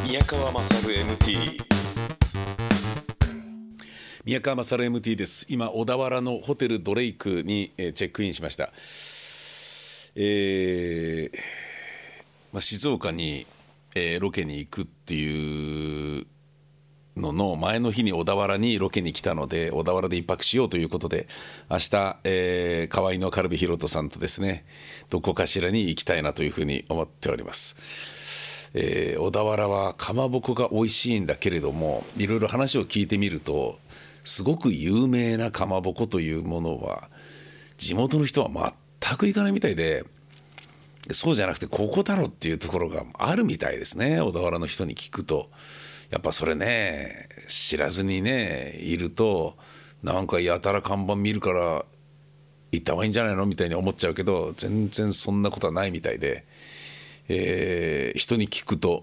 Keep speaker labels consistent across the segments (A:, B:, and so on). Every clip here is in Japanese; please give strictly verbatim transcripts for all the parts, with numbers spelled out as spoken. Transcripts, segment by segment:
A: 宮川勝 エムティー。 宮川勝 エムティー です。今小田原のホテルドレイクにチェックインしました。えーまあ、静岡に、えー、ロケに行くっていうのの前の日に小田原にロケに来たので、小田原で一泊しようということで、明日、えー、河合のカルビヒロトさんとですね、どこかしらに行きたいなというふうに思っております。えー、小田原はかまぼこが美味しいんだけれども、いろいろ話を聞いてみると、すごく有名なかまぼこというものは地元の人は全く行かないみたいで、そうじゃなくてここだろっていうところがあるみたいですね。小田原の人に聞くと、やっぱそれね、知らずにねいると、なんかやたら看板見るから行った方がいいんじゃないのみたいに思っちゃうけど、全然そんなことはないみたいで、えー、人に聞くと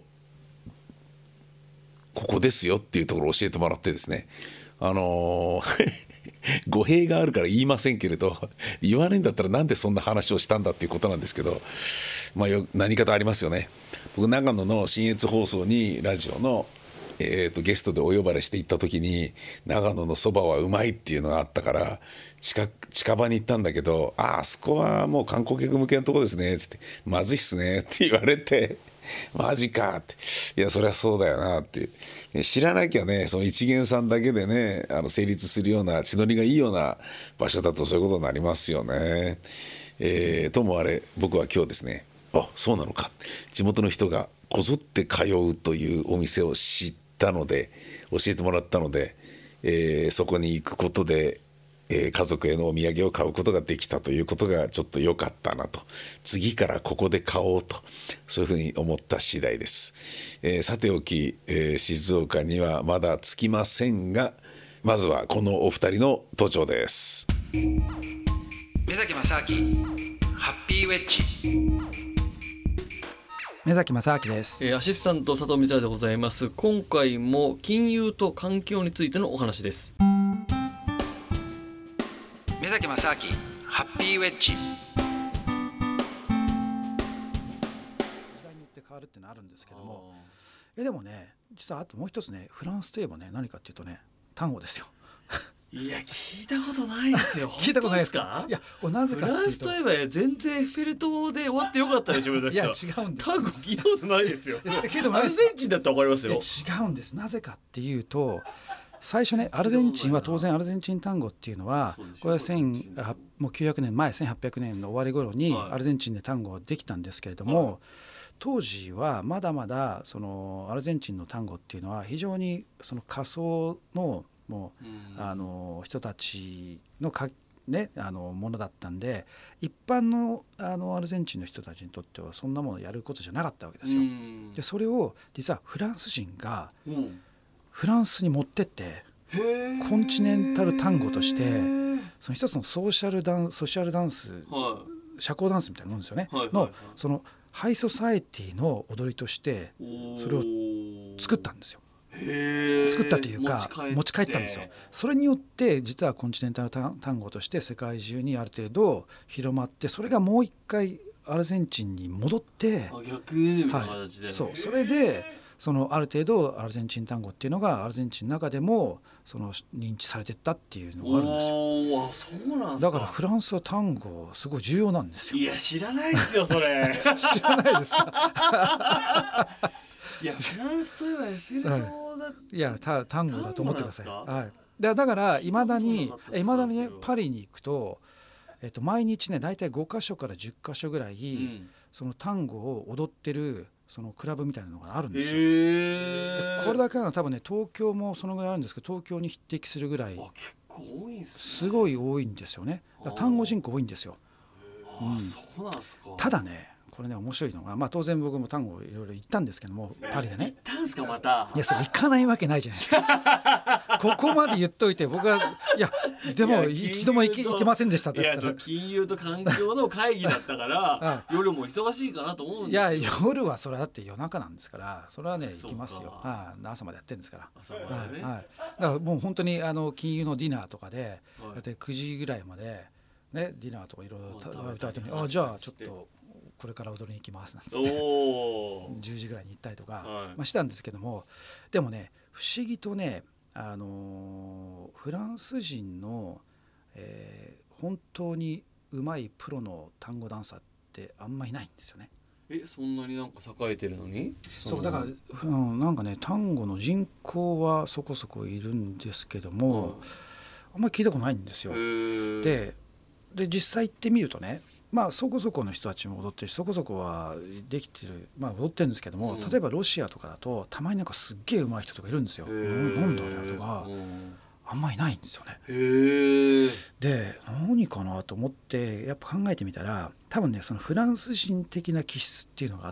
A: ここですよっていうところを教えてもらってですね、あのー、語弊があるから言いませんけれど、言わないんだったらなんでそんな話をしたんだっていうことなんですけど、まあ、よ何かとありますよね。僕長野の信越放送にラジオの、えー、とゲストでお呼ばれして行った時に、長野のそばはうまいっていうのがあったから近近場に行ったんだけど、ああそこはもう観光客向けのとこですねっつって、まずいっすねって言われて、マジかって、いやそりゃそうだよなっていう、知らなきゃね、その一元さんだけでね、あの成立するような血のりがいいような場所だとそういうことになりますよね。えー、ともあれ、僕は今日ですね、あ、そうなのか、地元の人がこぞって通うというお店を知ったので、教えてもらったので、えー、そこに行くことで、えー、家族へのお土産を買うことができたということがちょっと良かったなと、次からここで買おうと、そういうふうに思った次第です。えー、さておき、えー、静岡にはまだ着きませんが、まずはこのお二人の登場です。
B: 目崎正明ハッピーウェッジ。目崎正明です。
C: えー、アシスタント佐藤光也でございます。今回も金融と環境についてのお話です。
B: 目崎正明ハッピーウェッジ。時代によって変わるってのあるんですけども、えでもね、実はあともう一つね、フランスといえばね、何かっていうとね、単語ですよ。
C: いや聞いたことないですよ。
B: 聞いたことないですか？いや、なぜかっていうと、
C: フランスといえば全然エッフェル塔で終わってよかったでしょ。いや違
B: うんです。
C: 単語聞いたことないですよ。
B: けど
C: アルゼンチンだったら分かりますよ。
B: 違うんです。なぜかっていうと、最初ね、アルゼンチンは当然アルゼンチン単語っていうのは、これはもうきゅうひゃくねんまえ、せんはっぴゃくねんの終わり頃にアルゼンチンで単語ができたんですけれども、はい、当時はまだまだそのアルゼンチンの単語っていうのは非常にその仮想のもうあの人たちのか、ね、あのものだったんで、一般の、あのアルゼンチンの人たちにとってはそんなものをやることじゃなかったわけですよ。でそれを実はフランス人がフランスに持ってってコンチネンタル単語として、その一つのソーシャルダンス、ソーシャルダンス、はい、社交ダンスみたいなもんですよね、はいはいはい、のそのハイソサエティの踊りとしてそれを作ったんですよ。作ったというか持ち帰ったんですよ。それによって実はコンチネンタル単語として世界中にある程度広まって、それがもう一回アルゼンチンに戻って、
C: 逆輸入みたいな形で、
B: はい、そうそれでそのある程度アルゼンチン単語っていうのがアルゼンチンの中でもその認知されていったっていうのがあるんですよ。
C: おー、そうなんですか。
B: だからフランスは単語すごい重要なんですよ。
C: いや知らないですよそれ。
B: 知らないですか？
C: いやフランスといえばエッフェル塔だ、はい、
B: いやた単語だと思ってください。はい、だだからいまだにいまだにね、パリに行くと、えっと、毎日ねだいたいごかしょからじゅっかしょぐらい、うん、その単語を踊ってるそのクラブみたいなのがあるんですよ。でこれだけなの多分ね、東京もそのぐらいあるんですけど、東京に匹敵するぐらい
C: 結構多いんですね。
B: すごい多いんですよね。だから単語人口多いんですよ。
C: うん、そうなんですか。
B: ただね、これね面白いのが、まあ、当然僕も単語いろいろ行ったんですけども、パリでね。
C: 行ったんすかまた。
B: いやそれ行かないわけないじゃないですか。ここまで言っといて僕はいやでも一度も行 き, 行きませんでしたって言ったら、
C: いや金融と環境の会議だったから、はい、夜も忙しいかなと思うんですよ。
B: いや夜はそれだって夜中なんですから、それはね行きますよ。はあ、朝までやってるんですから。
C: 朝までね、はいはい、
B: だからもう本当にあの金融のディナーとかで、はい、だってくじぐらいまでね、ディナーとかいろいろ食べた後に、あじゃあちょっとこれから踊りに行きますなんつって
C: お
B: じゅうじぐらいに行ったりとか、
C: はい
B: まあ、したんですけども、でもね不思議とね、あのーフランス人の、えー本当にうまいプロの単語ダンサーってあんまいないんですよね。
C: えそんなになんか栄えてるのに
B: そうだから、うん、なんかね単語の人口はそこそこいるんですけども、
C: うん
B: あんまり聞いたことないんですよ。でで実際行ってみるとね、まあそこそこの人たちも踊ってるしそこそこはできてる、まあ、踊ってるんですけども、
C: うん
B: 例えばロシアとかだとたまになんかすっげえ上手い人とかいるんですよ。うんなんだあれとか
C: うん
B: あんまりないんですよね。
C: へえ
B: で何かなと思ってやっぱ考えてみたら多分ねそのフランス人的な気質っていうのがあって、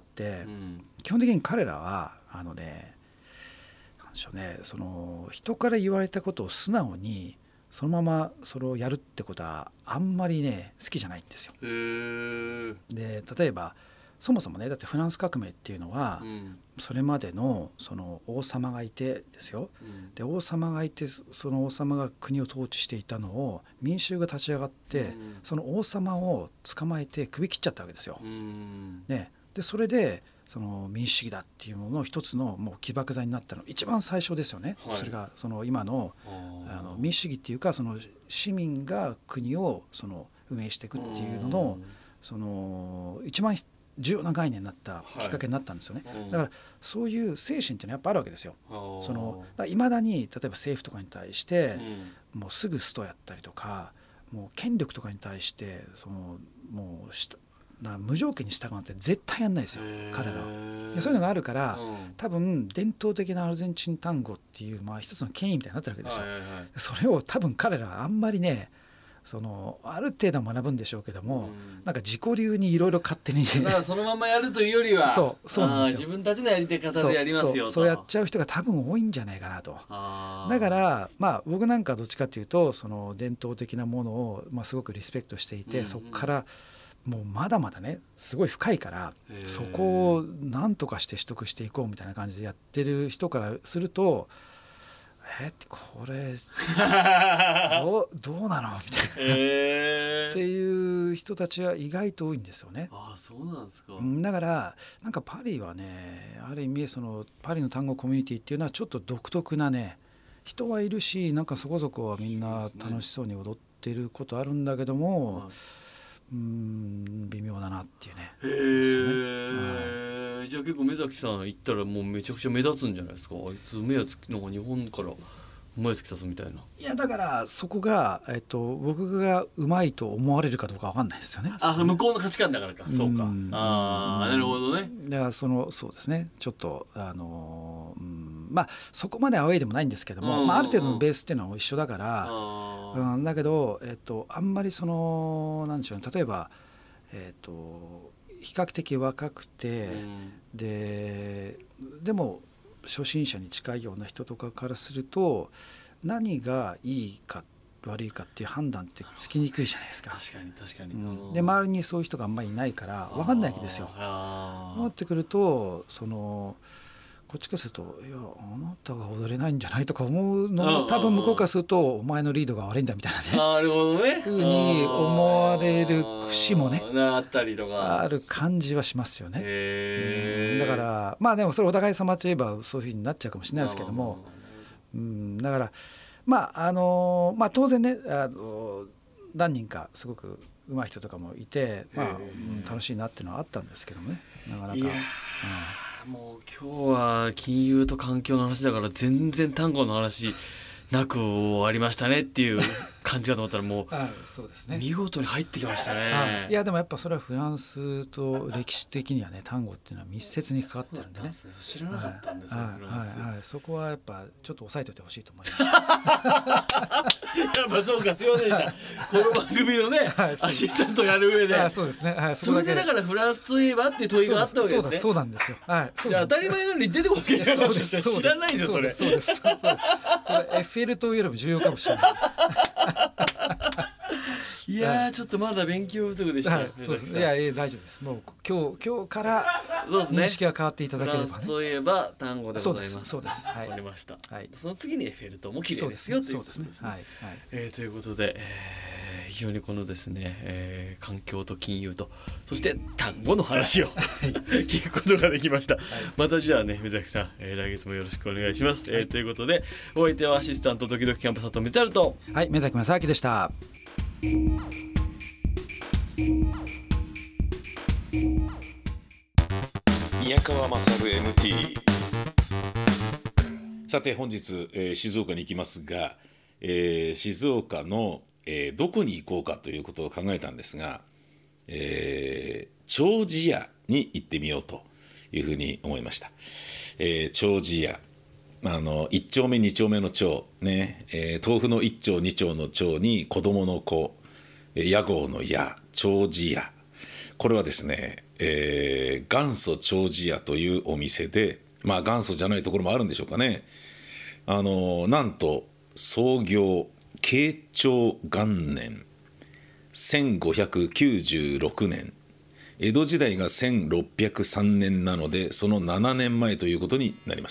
C: うん
B: 基本的に彼らはあのねなんでしょうね、その人から言われたことを素直にそのままそれをやるってことはあんまりね好きじゃないんですよ。
C: へえ
B: で例えばそもそもねだってフランス革命っていうのは、
C: うん
B: それまでのその王様がいてですよ。
C: うん
B: で王様がいてその王様が国を統治していたのを民衆が立ち上がって、
C: うん
B: その王様を捕まえて首切っちゃったわけですよ。
C: うん
B: ね、でそれでその民主主義だっていうものの一つのもう起爆剤になったの一番最初ですよね、
C: はい
B: それがその今の
C: あ
B: あの民主主義っていうかその市民が国をその運営していくっていうののその一番重要な概念になったきっかけになったんですよね、
C: はい
B: だからそういう精神っていうのはやっぱあるわけですよ。そのいまだに例えば政府とかに対して
C: うん
B: もうすぐストやったりとかもう権力とかに対してそのもうしたな無条件に従うなんて絶対やんないですよ
C: へー
B: 彼らは。でそういうのがあるから、
C: うん
B: 多分伝統的なアルゼンチン単語っていう、まあ、一つの権威みたいになってるわけですよ。
C: はいはいはい
B: それを多分彼らはあんまりねそのある程度学ぶんでしょうけども、
C: うん
B: なんか自己流にいろいろ勝手に
C: だからそのままやるというよりは
B: そうそうなんですよ
C: あー自分たちのやり手方でやりますよと
B: そうそうそうやっちゃう人が多分多いんじゃないかなと。
C: あー
B: だからまあ僕なんかはどっちかというとその伝統的なものをまあすごくリスペクトしていて、
C: うんうん
B: そこからもうまだまだねすごい深いから
C: へー
B: そこを何とかして取得していこうみたいな感じでやってる人からするとえってこれどうどうなのみたいな、
C: へー
B: っていう人たちは意外と多いんですよね。
C: あーそうなんですか
B: うんだからなんかパリはねある意味そのパリの単語コミュニティっていうのはちょっと独特なね人はいるしなんかそこそこはみんな楽しそうに踊ってることあるんだけども、
C: はい
B: うん微妙だなっていうね。
C: へえ、じゃあ結構目崎さん行ったらもうめちゃくちゃ目立つんじゃないですか。あいつ目つきなんか日本から目つきたぞみたいな。
B: いやだからそこが、えっと、僕がうまいと思われるかどうかわかんないですよね。
C: あ向こうの価値観だからか。そうか。
B: うん
C: ああなるほどね。
B: だからそのそうですねちょっとあの、うん、まあそこまでアウェイでもないんですけども、
C: うん
B: まあ、ある程度のベースっていうのは一緒だから、
C: あ
B: うん、だけど、えっと、あんまりそのなんでしょうね例えば、えっと、比較的若くて、
C: うん
B: ででも初心者に近いような人とかからすると何がいいか悪いかっていう判断ってつきにくいじゃないですか。
C: 確かに確かに。
B: うん、で周りにそういう人があんまりいないから分かんないわけですよ。
C: あー
B: なってくるとそのこっちからするといやあなたが踊れないんじゃないとか思うの
C: うんうんうん
B: も多分向こうからするとお前のリードが悪いんだみたいなね
C: なるほどね。
B: ふうに思われる節もね
C: あーあったりとか。
B: ある感じはしますよね。
C: へー
B: うんだからまあでもそれお互い様といえばそういうふうになっちゃうかもしれないですけども、うんだからまああのまあ当然ねあの何人かすごく上手い人とかもいて、まあ
C: へー
B: うん楽しいなっていうのはあったんですけどもねなかなか。
C: いやーもう今日は金融と環境の話だから全然単語の話なく終わりましたねっていう感じかと思ったらも
B: はい、そうですね。
C: う見事に入ってきましたね。
B: はい、いやでもやっぱそれはフランスと歴史的にはね単語っていうのは密接に関わってるんでね。
C: 知らなかったんですよ、
B: はい
C: フランス。
B: はいはい、そこはやっぱちょっと押さえておいてほしいと思います。
C: やっぱそうかすいませんでした。この番組のね、
B: はいそう
C: アシスタントやる上で、
B: あそうですね。はい、
C: それでだからフランスといえばっていう問いがあったわけですね。
B: そうだそうなんですよ。はい。そう
C: じゃあ
B: なんです
C: 当たり前のように出てこなきゃいけなかったですよ。知らないんですよそれ。
B: そうですそうですそうです。それエッフェル塔よりも重要かもしれない。
C: いやーちょっとまだ勉強不足でした、
B: はい、そうです。いやいや大丈夫です。もう今日今日から
C: そうですね、
B: 認識が変わっていただければね。
C: フランスといえば単語でございます。
B: そうです。そうです。はい。
C: わかりました。
B: はい。
C: その次にエッフェル塔も綺麗ですよということですね。
B: はい。はい。
C: えー、ということで、えー、非常にこのですね、えー、環境と金融とそして単語の話を聞くことができました。はい、またじゃあね目崎さん、えー、来月もよろしくお願いします。はい、えー、ということでお相手はアシスタント時々キャンプ佐藤光晴と、
B: はい、目崎正明でした。
A: 宮川勝 エヌティー。 さて本日、えー、静岡に行きますが、えー、静岡の、えー、どこに行こうかということを考えたんですが、えー、丁子屋に行ってみようというふうに思いました。えー、丁子屋、あの一丁目二丁目の丁ね、えー、豆腐の一丁二丁の丁に子供の子、屋号の屋、丁子屋。これはですね、えー、元祖丁子屋というお店で、まあ元祖じゃないところもあるんでしょうかね。あのなんと創業慶長元年せんごひゃくきゅうじゅうろくねん、江戸時代がせんろっぴゃくさんねんなのでそのななねんまえということになります。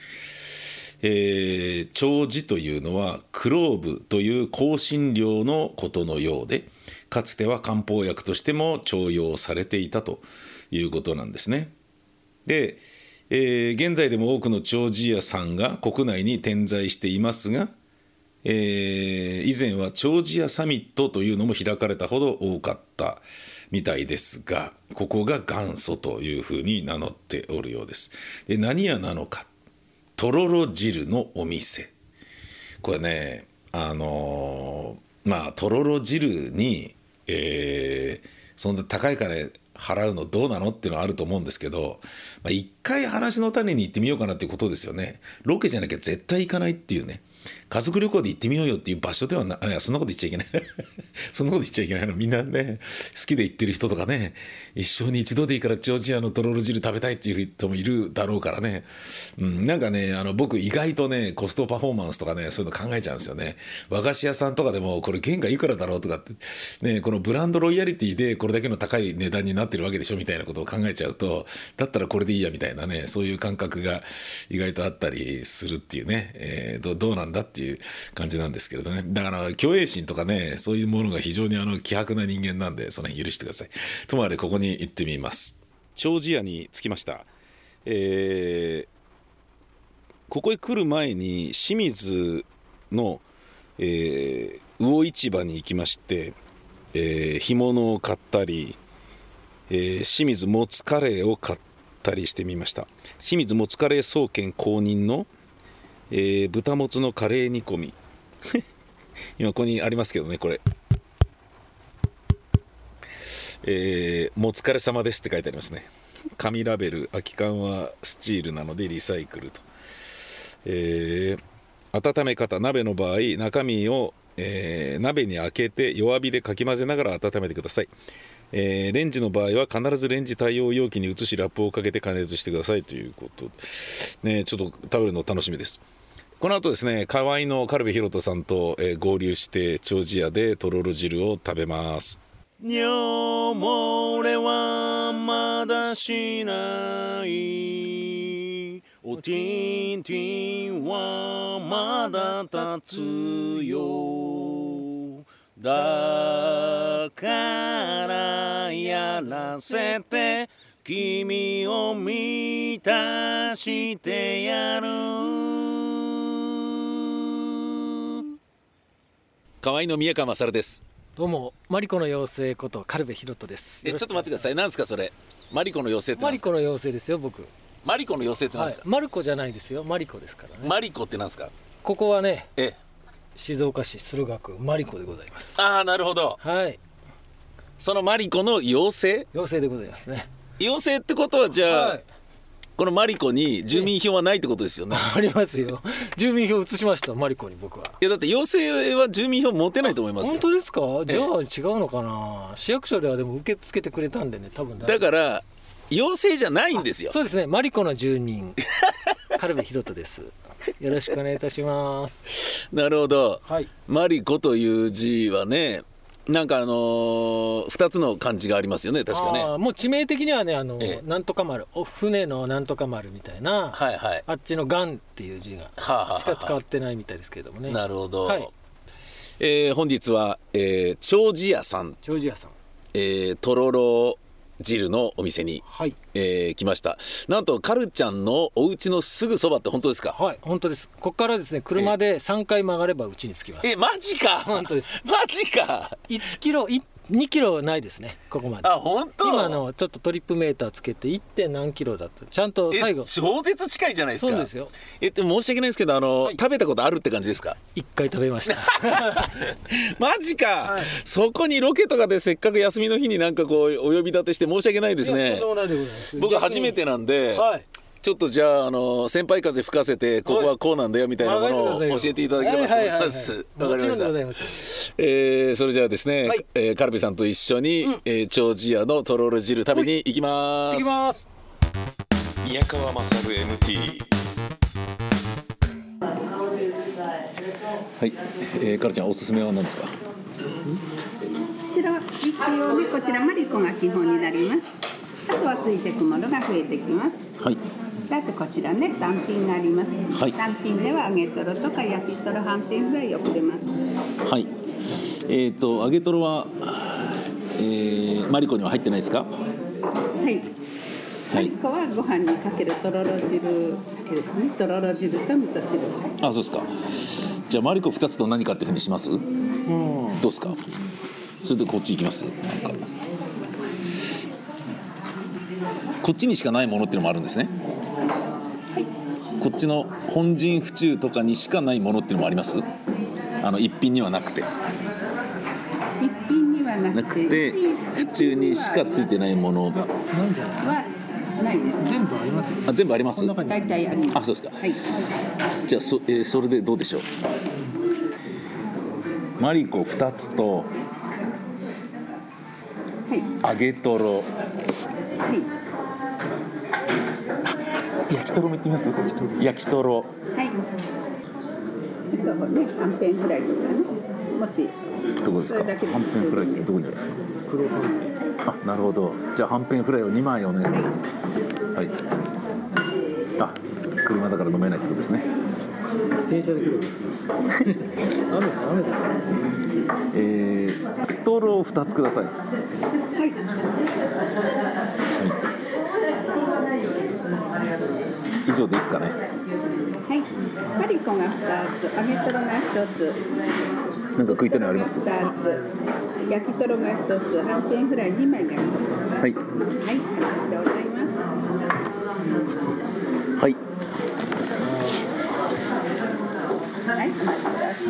A: えー、丁子というのはクローブという香辛料のことのようで、かつては漢方薬としても重用されていたということなんですね。で、えー、現在でも多くの丁子屋さんが国内に点在していますが、えー、以前は丁子屋サミットというのも開かれたほど多かったみたいですが、ここが元祖というふうに名乗っておるようです。で、何屋なのか、とろろ汁のお店。これね、あのー、まあとろろ汁に、えー、そんな高い金払うのどうなのっていうのはあると思うんですけど、まあ、一回話の種に行ってみようかなっていうことですよね。ロケじゃなきゃ絶対行かないっていうね、家族旅行で行ってみようよっていう場所ではない。いや、そんなこと言っちゃいけないそんなこと言っちゃいけないの。みんなね好きで行ってる人とかね、一生に一度でいいから丁子屋のとろろ汁食べたいっていう人もいるだろうからね、うん、なんかね、あの僕意外とねコストパフォーマンスとかね、そういうの考えちゃうんですよね。和菓子屋さんとかでもこれ原価いくらだろうとかってね、このブランドロイヤリティでこれだけの高い値段になってるわけでしょみたいなことを考えちゃうと、だったらこれでいいやみたいなね、そういう感覚が意外とあったりするっていうね、えー、ど, どうなんだっていう感じなんですけれどね。だから虚栄心とかね、そういうものが非常にあの希薄な人間なんで、その辺許してください。ともあれここに行ってみます。丁子屋に着きました。えー、ここへ来る前に清水の、えー、魚市場に行きまして、えー、干物を買ったり、えー、清水もつカレーを買ったりしてみました。清水もつカレー総研公認の、えー、豚もつのカレー煮込み今ここにありますけどね、これ、えー、もつカレ様ですって書いてありますね。紙ラベル、空き缶はスチールなのでリサイクルと、えー、温め方、鍋の場合中身を、えー、鍋に開けて弱火でかき混ぜながら温めてください。えー、レンジの場合は必ずレンジ対応容器に移しラップをかけて加熱してくださいということね。ちょっと食べるの楽しみです。この後ですね、河合の軽部博人さんと、えー、合流して丁子屋でとろろ汁を食べます。尿漏れはまだしない、おティンティンはまだ立つよ、だからやらせて君を満たしてやる。河合の宮川勝です。
D: どうも、マリコの妖精こと軽部博人です。
A: え、ちょっと待ってください。何ですかそれ。マリコの妖精って
D: マリコの妖精ですよ、僕。
A: マリコの妖精って何ですか。
D: はい、マルコじゃないですよ、マリコですからね。
A: マリコって何ですか。
D: ここはね、
A: え
D: 静岡市駿河区マリコでございます。
A: ああ、なるほど。
D: はい。
A: そのマリコの妖精。
D: 妖精でございますね。
A: 妖精ってことはじゃあ、はい、このマリコに住民票はないってことですよね。
D: ありますよ。住民票移しました、マリコに僕は。
A: いやだって妖精は住民票持てないと思いますよ。
D: 本当ですか。じゃあ違うのかな。市役所ではでも受け付けてくれたんでね、多分
A: だから妖精じゃないんですよ。
D: そうですね、マリコの住人軽部博人です。よろしくお願いいたします。
A: なるほど、
D: はい、
A: マリコという字はね、 なんかあのー、ふたつの漢字がありますよね確かね。
D: あもう地名的にはねあの、
A: ええ、
D: なんとか丸お船のなんとか丸みたいな、
A: はいはい、
D: あっちのガンっていう字がしか使ってないみたいですけれどもね。
A: なるほど、
D: はい、
A: えー、本日は、えー、長寿屋さん
D: 長寿屋さん、
A: えー、とろろ汁のお店に、
D: はい、
A: えー、来ました。なんとカルちゃんのお家のすぐそばって本当ですか？
D: はい本当です。ここからですね車でさんかい曲がればうちに着きます。
A: えー、マジか
D: 本当です。
A: マジか
D: いちキロにキロないですねここまで。
A: あ本当？
D: 今のちょっとトリップメーターつけて いってん何キロだとちゃんと最後
A: 超絶近いじゃないですか。
D: そうですよ。
A: えでも申し訳ないですけどあの、はい、食べたことあるって感じですか？
D: いっかい食べました
A: マジか、はい、そこにロケとかでせっかく休みの日になんかこうお呼び立てして申し訳ないですね。僕は初めてなんで、はい、ちょっとじゃあ、あの先輩風吹かせてここはこうなんだよみたいなものを教えていただければと思います。わかりました。えー、それじゃあですね、はい、えー、カルビさんと一緒に、うん、えー、長寿屋のとろろ汁食べに行きます。
D: 行きます。
A: 宮川勝 エムティー。はい、えー、カルちゃんおすすめは何ですか？こ
E: ちらは一応ね、こちらマリコが基本になります。あとはついてくものが増えてきます。
A: はい。
E: あとこちらね、単品があります。
A: はい。
E: 単品では揚げとろとか焼きとろ、はんぺんフライよく出ます。
A: はい。えっと揚げとろは、えー、マリコには入ってないですか？
E: はい。マリコはご飯にかけるとろろ汁だけですね。とろろ汁と味噌汁。
A: あ、そうですか。じゃあマリコふたつと何かっていうふうにします？うん。どうですか？それでこっち行きます。なんかこっちにしかないものっていうのもあるんですね。こっちの本陣府中とかにしかないものっていうのもあります？あの一品にはなくて。
E: 一品にはなくて。
A: なくて府中にしかついてないものは
E: ないです。
D: 全部ありますよ。
A: あ、全部あります。
E: 大体あります。
A: あ、そうですか。
E: はい。
A: じゃあ そ,、えー、それでどうでしょう。マリコふたつと、はい、揚げとろ。はい。焼きとろもいってみます？焼きとろ。
E: はい。あとね、はんぺんフライとかね。もし。
A: どこですか？はんぺんフライってどこにあるんですか？
D: 黒はんぺん。
A: あ、なるほど。じゃあはんぺんフライをにまいお願いします。はい。あ、車だから飲めないってことですね。
D: 自転車で来る。雨だ雨だ。
A: えー、ストローふたつください。はい。以上でいいですかね。
E: はい。マリコがふたつ、揚げとろがひとつ。
A: なんか食いたいのあります？ふた
E: つ。焼きとろがひとつ、はんぺんフライにまいがひとつ。
A: はい。はい、あり
E: がとうございます。
A: はい。
E: はい、お待ちくだ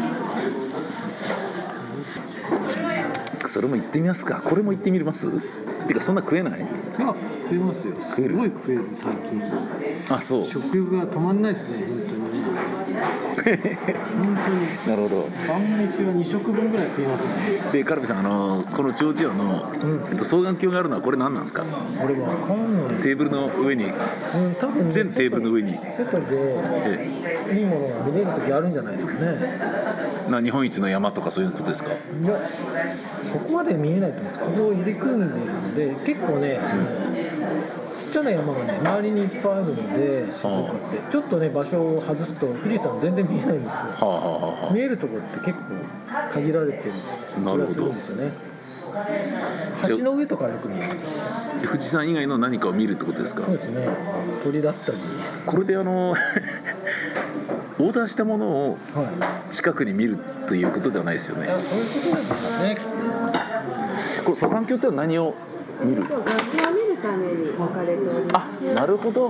E: さい。
A: それも行ってみますか。これも行ってみます？てかそんな食えない？
D: いや、食えますよ。
A: 食える？
D: すごい食える最近。
A: あ、そう。
D: 食欲が止まんないですね、本当に。本当に。
A: なるほど。
D: 晩飯はにしょくぶんぐらい食えますね。
A: で、カルビさん、あのこの長寿屋の、うん、えっと、双眼鏡があるのはこれ何なんですか？
D: これはわかんない。
A: テーブルの上に、うん、多分、ね、全テーブルの上に
D: 外でいいものが見れる時あるんじゃないですかね。
A: な日本一の山とかそういうことですか？
D: いや、そこまで見えないと思うんです。ここを入れ組んでるので結構ね、うん、ちっちゃな山がね周りにいっぱいあるので静岡ってちょっとね場所を外すと富士山全然見えないんですよ、はあはあ、見えるところって結構限られてる気がするんですよね。橋の上とかよく見えます。
A: 富士山以外の何かを見るってことですか？
D: そうですね。鳥だったり。こ
A: れであのオーダーしたものを近くに見るということではないですよね。
D: いや、そういうことですよね、きっと。
A: これ双眼鏡って何を見る？
E: 楽を見るために置かれております。
A: あ、なるほど、はい、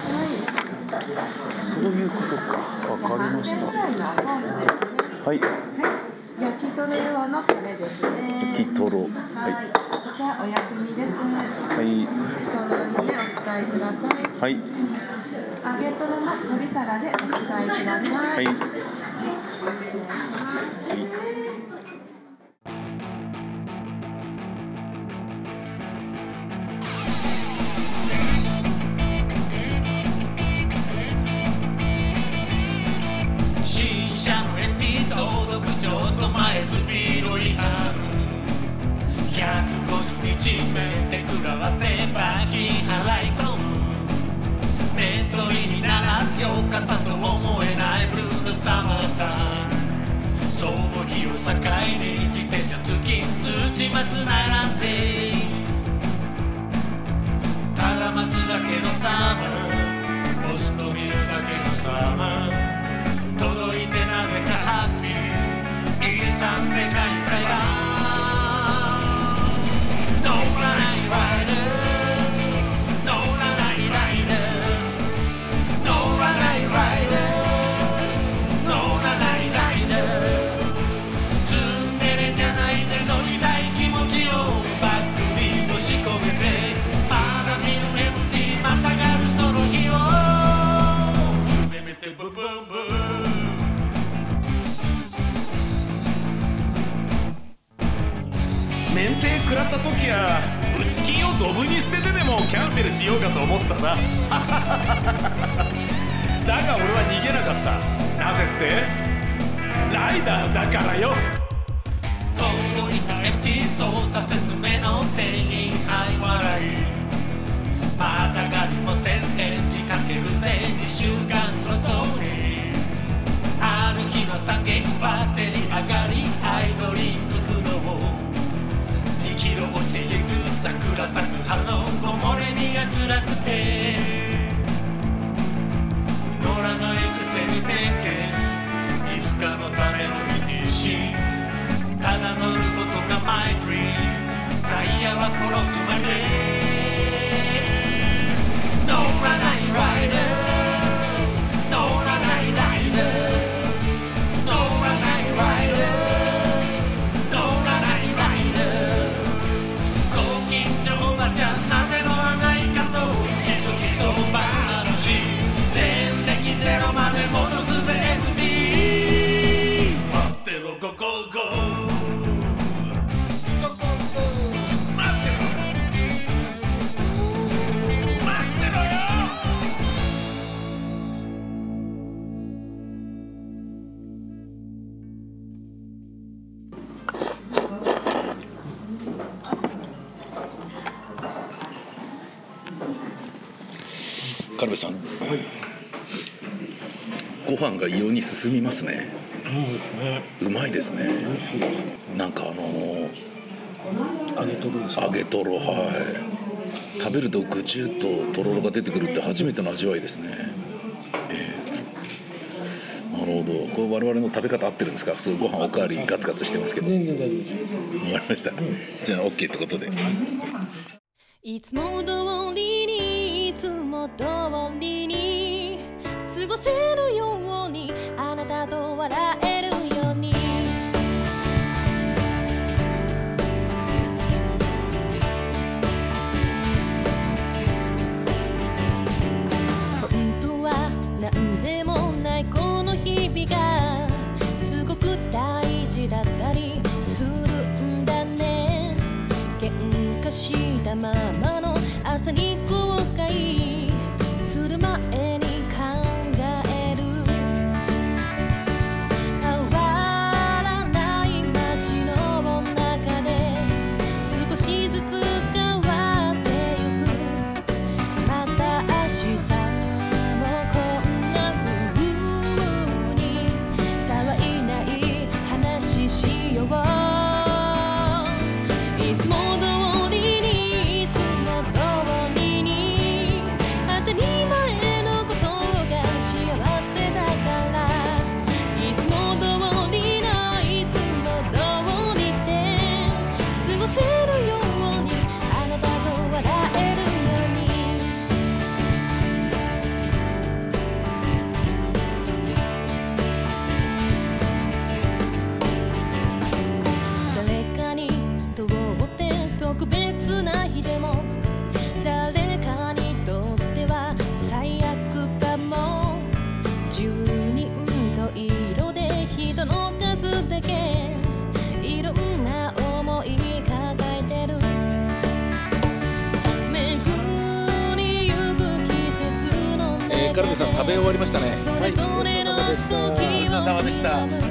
A: そういうことか。わかりました。はい、
E: 焼きとろ用のタレですね。
A: 焼きとろ、はい、
E: じゃあお薬味です。はい、とろにねお使いください。
A: はい、
E: 揚げとろの鶏皿でお使いください。はい、はい、
F: 新車のエンティ登録ちょっと前スピード違反一面手くらわってバキ払い込む念取りにならずよかったと思えないブルーなサマータイムその日を境に自転車付き土松並んでただ待つだけのサマーポスト見るだけのサマー届いてなぜかハッピー遺産でかい裁判乗らないライダー乗らないライダー乗らないライダー乗らないライダーツンデレじゃないぜ乗りたい気持ちをバックに押し込めてまだ見ぬ エムティー またがるその日を夢見てブブンブン免停食らった時は打ち金をドブに捨ててでもキャンセルしようかと思ったさだが俺は逃げなかったなぜってライダーだからよ届いた エムティー 操作説明の店員はい笑いまたがりもせずエンジンかけるぜにしゅうかんの通りある日の惨劇バッテリー上がりアイドリング不能にキロ押していく桜咲く春の木漏れ日が辛くて乗らないくせに点検いつかのための イーティーシー ただ乗ることがマイドリームタイヤは殺すまで乗らないライダー乗らないライダー乗らないライダー乗らないライダーご近所おばちゃんなぜ乗らないかとひそひそ話前歴ゼロまで戻すぜ エムティー 待ってろゴゴゴ
A: 軽部さん、はい、ご飯が異様に進みますね。
D: そうですね。
A: うまいですね。
D: 美味しいです。
A: なんかあのー、
D: 揚げとろですか。
A: 揚げとろ、はい。食べるとぐちゅっととろろが出てくるって初めての味わいですね。えー、なるほど。これ我々の食べ方合ってるんですか。すごいご飯おかわりガツガツしてますけど。
D: 全然大丈夫です。
A: わかりました。じゃあ OK ってことで。
G: いつも通りにいつも通りに過ごせるようにあなたと笑えるように本当は何でもないこの日々がすごく大事だったりするんだね喧嘩したままの朝に後悔する前に考える変わらない街の中で少しずつ変わってゆくまた明日もこんな風にたわいない話しよういつも通りにいつも通りに当たり前のことが幸せだからいつも通りないつも通りで過ごせるようにあなたと笑えるように誰かにとって特別な日でも誰かにとっては最悪かも十人十色で人の数だけいろんな思い抱えてる巡りゆく季節の中で
A: えー、カルビさん食べ終わりましたね。
G: それぞれの時を
A: ごちそうさまでした。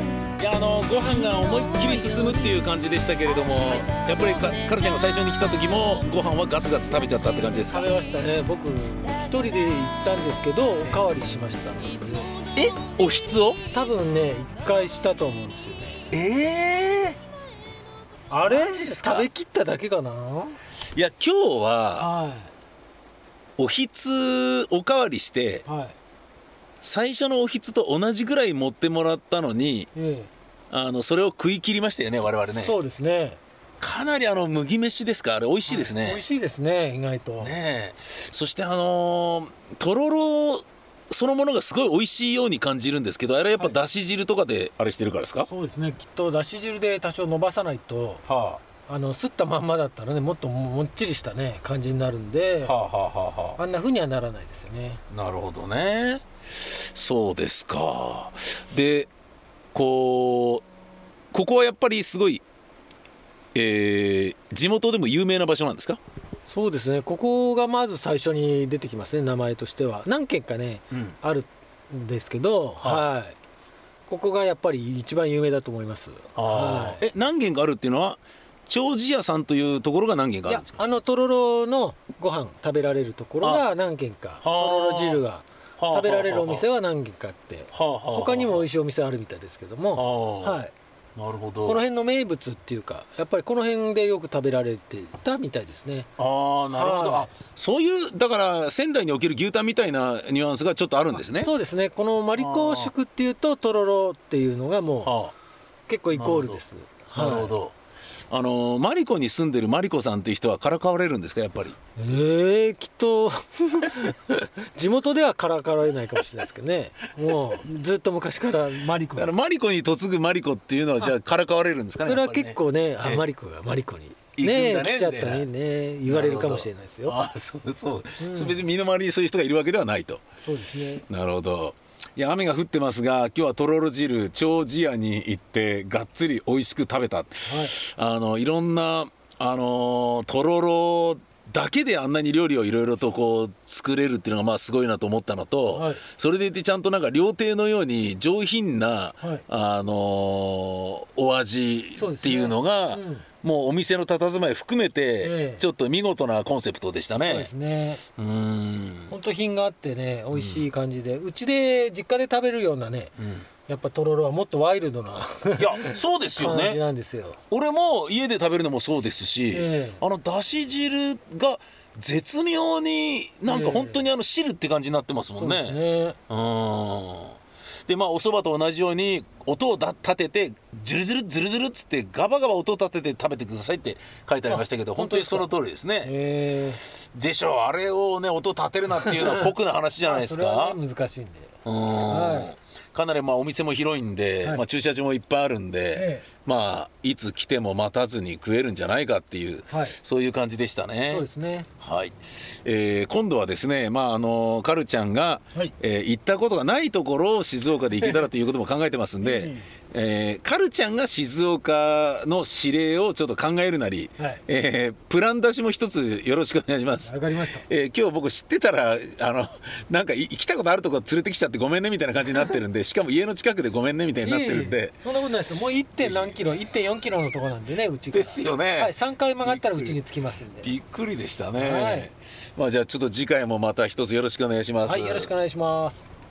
A: いやあのご飯が思いっきり進むっていう感じでしたけれども、やっぱりかカルちゃんが最初に来た時もご飯はガツガツ食べちゃったって感じですか？
D: 食べましたね。僕一人で行ったんですけどおかわりしましたね。
A: えおひつを
D: 多分ね一回したと思うんですよね。
A: ええー、
D: あれ
A: マジっすか？
D: 食べきっただけかな。
A: いや今日は
D: は
A: おひつおかわりして
D: いはい。
A: 最初のおひつと同じぐらい持ってもらったのに、
D: え
A: あのそれを食い切りましたよね我々
D: え、
A: ね。
D: そうですね。
A: かなりあの麦飯ですか、あれ美味しいですね、
D: 美味しいですね意外と。
A: ねえ。そしてあのーとろろそのものがすごい美味しいように感じるんですけど、あれやっぱだし汁とかであれしてるからですか？
D: そうですね。きっとだし汁で多少伸ばさないと、
A: は
D: あのすったまんまだったらねもっともっちりしたね感じになるんで、
A: あ、はあはあはあは
D: あんな風にはならないですよね。
A: あ、なるほどね。そうですか。でこうここはやっぱりすごい、えー地元でも有名な場所なんですか？
D: そうですね。ここがまず最初に出てきますね名前としては。何軒かね、
A: うん
D: あるんですけど、
A: はい
D: はい。ここがやっぱり一番有名だと思います。はい
A: え何軒かあるっていうのは長寿屋さんというところが何軒かあ
D: いや
A: るんですか？
D: あのとろろのご飯食べられるところが何軒か、とろろ汁が食べられるお店は何軒かあって、他にも美味しいお店あるみたいですけども、はい。
A: なるほど。
D: この辺の名物っていうかやっぱりこの辺でよく食べられてたみたいですね。
A: ああなるほど、
D: はい
A: あそういうだから仙台における牛タンみたいなニュアンスがちょっとあるんですね。
D: そうですね。このマリコ宿っていうととろろっていうのがも
A: は
D: う結構イコールです。
A: あ、なるほど。あのマリコに住んでるマリコさんっていう人はからかわれるんですかやっぱり？
D: えー、きっと地元ではからかわれないかもしれないですけどね。もうずっと昔からマリコ
A: だからマリコに嫁ぐマリコっていうのはじゃあからかわれるんですかね？
D: それは
A: やっぱりね
D: 結構ね、あ
A: ええ
D: マリコがマリコに
A: 行くん
D: ね
A: だね
D: 来ちゃった
A: みたいな
D: ねね言われるかもしれないですよ。
A: あそうそう、
D: うん
A: それ別に身の回りにそういう人がいるわけではないと。
D: そうですね。
A: なるほど。いや雨が降ってますが今日はとろろ汁長寿屋に行ってがっつり美味しく食べた、
D: はい。
A: あのいろんなあのとろろだけであんなに料理をいろいろとこう作れるっていうのがまあすごいなと思ったのと、
D: はい
A: それでいてちゃんとなんか料亭のように上品な、
D: はい
A: あのお味っていうのが
D: そうですねうん
A: もうお店の佇まい含めて
D: ええ
A: ちょっと見事なコンセプトでしたね。
D: そうですね。
A: うーん
D: 本当品があってね美味しい感じで、うちで実家で食べるようなね、やっぱとろろはもっとワイルドない
A: やそうですよ
D: 感じ
A: ね。
D: なんですよ。
A: 俺も家で食べるのもそうですし、
D: ええ
A: あのだし汁が絶妙になんか本当にあの汁って感じになってますもんね。
D: そうですね。
A: うんでまあお蕎麦と同じように音をだ立ててズルズルズルズルっつってガバガバ音を立てて食べてくださいって書いてありましたけど
D: あ
A: 本当にその通りですね。
D: え
A: でしょうあれをね音立てるなっていうのは酷な話じゃないです
D: それは
A: か。
D: ね難しいんで。
A: うん
D: はい
A: かなりまあお店も広いんで、
D: はい
A: まあ、駐車場もいっぱいあるんで、
D: ええ
A: まあいつ来ても待たずに食えるんじゃないかっていう、
D: はい
A: そういう感じでしたね。
D: そうですね。
A: はい、えー今度はですね、まああのカルちゃんが、
D: はい
A: えー行ったことがないところを静岡で行けたらということも考えてますんで、えーカルちゃんが静岡の指令をちょっと考えるなり、
D: はい
A: えープラン出しも一つよろしくお願いします。
D: わかりました。
A: えー今日僕知ってたらあのなんかい行きたことあるとこ連れてきちゃってごめんねみたいな感じになってるんでしかも家の近くでごめんねみたいになってるん
D: いえい
A: で
D: えそんなことないですよ。もう いってん 何キロ いってんよんキロのとこなんでねうちが。
A: ですよね
D: はい。さんかい曲がったらうちに着きますんで。
A: びっくりでしたね、
D: はい
A: まあじゃあちょっと次回もまた一つよろしくお願いします。
D: はいよろしくお願いします。